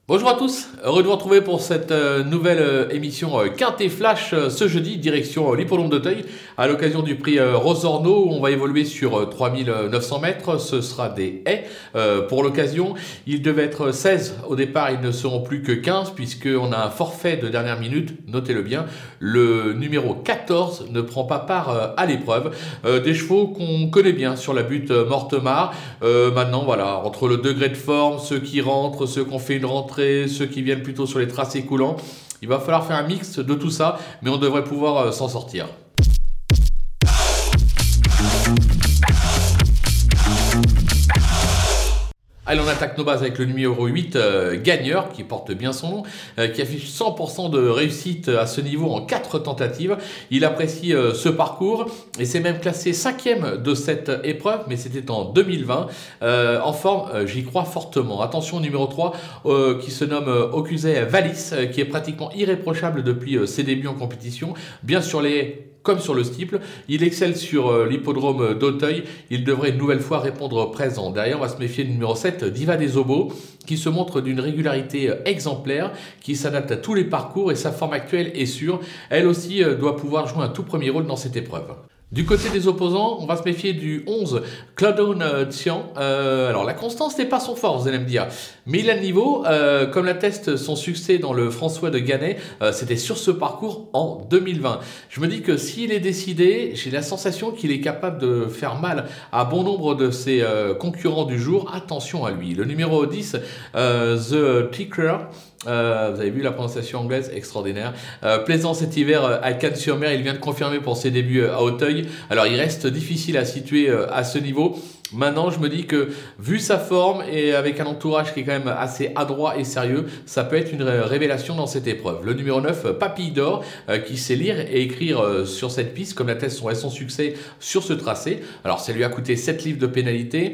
Bonjour à tous, heureux de vous retrouver pour cette nouvelle émission Quintet Flash ce jeudi, direction l'hippodrome d'Auteuil, à l'occasion du prix Rosorno, où on va évoluer sur 3900 mètres, ce sera des haies pour l'occasion. Il devait être 16 au départ, ils ne seront plus que 15 puisqu'on a un forfait de dernière minute, notez-le bien, le numéro 14 ne prend pas part à l'épreuve. Des chevaux qu'on connaît bien sur la butte Mortemart. Maintenant voilà, entre le degré de forme, ceux qui rentrent, ceux qui ont fait une rentrée, ceux qui viennent plutôt sur les tracés coulants, il va falloir faire un mix de tout ça, mais on devrait pouvoir s'en sortir. Allez, on attaque nos bases avec le numéro 8, Gagneur, qui porte bien son nom, qui affiche 100% de réussite à ce niveau en 4 tentatives. Il apprécie ce parcours et s'est même classé 5e de cette épreuve, mais c'était en 2020. En forme, j'y crois fortement. Attention, numéro 3, qui se nomme Okusei Valis, qui est pratiquement irréprochable depuis ses débuts en compétition, bien sur les comme sur le steeple. Il excelle sur l'hippodrome d'Auteuil. Il devrait une nouvelle fois répondre présent. Derrière, on va se méfier du numéro 7, Diva des Obos, qui se montre d'une régularité exemplaire, qui s'adapte à tous les parcours et sa forme actuelle est sûre. Elle aussi doit pouvoir jouer un tout premier rôle dans cette épreuve. Du côté des opposants, on va se méfier du 11, Claudon Tian. Alors la constance n'est pas son fort, vous allez me dire, mais il a le niveau, comme l'atteste son succès dans le François de Gannet, c'était sur ce parcours en 2020. Je me dis que s'il est décidé, j'ai la sensation qu'il est capable de faire mal à bon nombre de ses concurrents du jour. Attention à lui. Le numéro 10, The Ticker. Vous avez vu la prononciation anglaise, extraordinaire. Plaisant cet hiver à Cannes-sur-Mer, il vient de confirmer pour ses débuts à Auteuil. Alors il reste difficile à situer à ce niveau. Maintenant, je me dis que, vu sa forme et avec un entourage qui est quand même assez adroit et sérieux, ça peut être une révélation dans cette épreuve. Le numéro 9, Papille d'Or, qui sait lire et écrire sur cette piste, comme l'atteste son succès sur ce tracé. Alors, ça lui a coûté 7 livres de pénalité.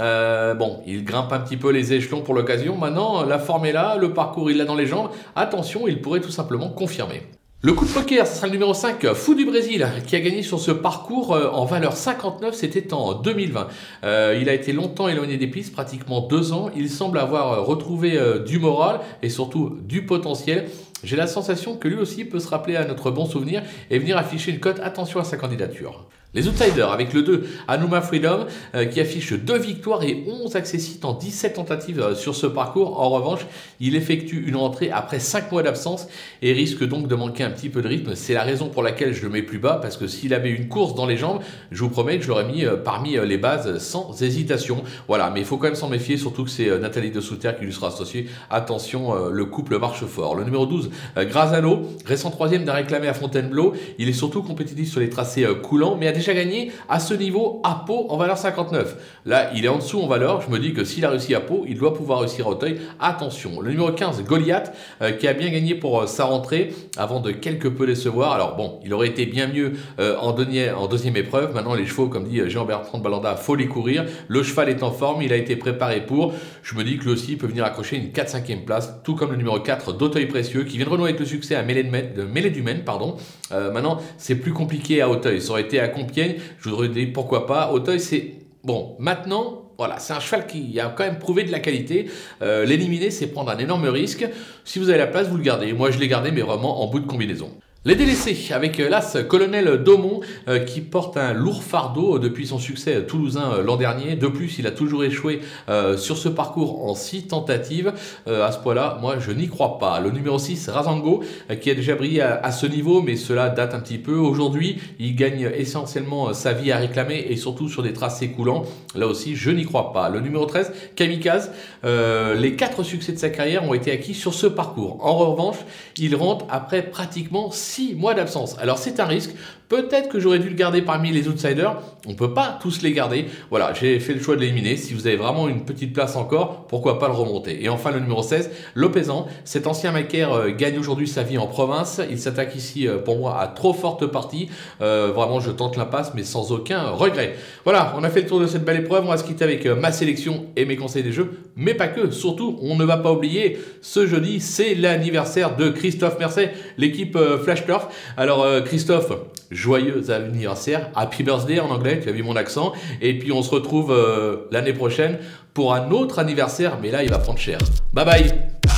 Bon, il grimpe un petit peu les échelons pour l'occasion. Maintenant, la forme est là, le parcours, il l'a dans les jambes. Attention, il pourrait tout simplement confirmer. Le coup de poker, ce sera le numéro 5, Fou du Brésil, qui a gagné sur ce parcours en valeur 59, c'était en 2020. Il a été longtemps éloigné des pistes, pratiquement 2 ans. Il semble avoir retrouvé du moral et surtout du potentiel. J'ai la sensation que lui aussi peut se rappeler à notre bon souvenir et venir afficher une cote. Attention à sa candidature. Les outsiders avec le 2, Anuma Freedom, qui affiche 2 victoires et 11 accessites en 17 tentatives sur ce parcours. En revanche, il effectue une rentrée après 5 mois d'absence et risque donc de manquer un petit peu de rythme. C'est la raison pour laquelle je le mets plus bas, parce que s'il avait une course dans les jambes, je vous promets que je l'aurais mis parmi les bases sans hésitation. Voilà, mais il faut quand même s'en méfier, surtout que c'est Nathalie de Souter qui lui sera associée. Attention, le couple marche fort. Le numéro 12, Grazano, récent 3e d'un réclamé à Fontainebleau. Il est surtout compétitif sur les tracés coulants, mais a déjà gagné à ce niveau à Pau en valeur 59. Là, il est en dessous en valeur. Je me dis que s'il a réussi à Pau, il doit pouvoir réussir à Auteuil. Attention. Le numéro 15, Goliath, qui a bien gagné pour sa rentrée avant de quelque peu décevoir. Alors bon, il aurait été bien mieux en deuxième épreuve. Maintenant, les chevaux, comme dit Jean-Bertrand de Balanda, faut les courir. Le cheval est en forme, il a été préparé pour. Je me dis que lui aussi peut venir accrocher une 4-5e place, tout comme le numéro 4 d'Auteuil Précieux, qui vient de renouer avec le succès à Mêlée du Maine. Maintenant, c'est plus compliqué à Auteuil. Ça aurait été à Compiègne. Je vous aurais dit pourquoi pas. Auteuil, c'est bon. Maintenant, voilà, c'est un cheval qui a quand même prouvé de la qualité. L'éliminer, c'est prendre un énorme risque. Si vous avez la place, vous le gardez. Moi, je l'ai gardé, mais vraiment en bout de combinaison. Les délaissés avec l'As Colonel Daumont qui porte un lourd fardeau depuis son succès toulousain l'an dernier. De plus, il a toujours échoué sur ce parcours en 6 tentatives. À ce point-là, moi, je n'y crois pas. Le numéro 6, Razango, qui a déjà brillé à ce niveau, mais cela date un petit peu. Aujourd'hui, il gagne essentiellement sa vie à réclamer et surtout sur des tracés coulants. Là aussi, je n'y crois pas. Le numéro 13, Kamikaze, les 4 succès de sa carrière ont été acquis sur ce parcours. En revanche, il rentre après pratiquement 6 mois d'absence. Alors c'est un risque. Peut-être que j'aurais dû le garder parmi les outsiders. On ne peut pas tous les garder. Voilà, j'ai fait le choix de l'éliminer. Si vous avez vraiment une petite place encore, pourquoi pas le remonter. Et enfin, le numéro 16, Lopezan. Cet ancien macaire gagne aujourd'hui sa vie en province. Il s'attaque ici, pour moi, à trop forte partie. Vraiment, je tente l'impasse, mais sans aucun regret. Voilà, on a fait le tour de cette belle épreuve. On va se quitter avec ma sélection et mes conseils des jeux. Mais pas que. Surtout, on ne va pas oublier, ce jeudi, c'est l'anniversaire de Christophe Mercet, l'équipe Flash Turf. Alors, Christophe, joyeux anniversaire, happy birthday en anglais, tu as vu mon accent, et puis on se retrouve l'année prochaine pour un autre anniversaire, mais là il va prendre cher. Bye bye.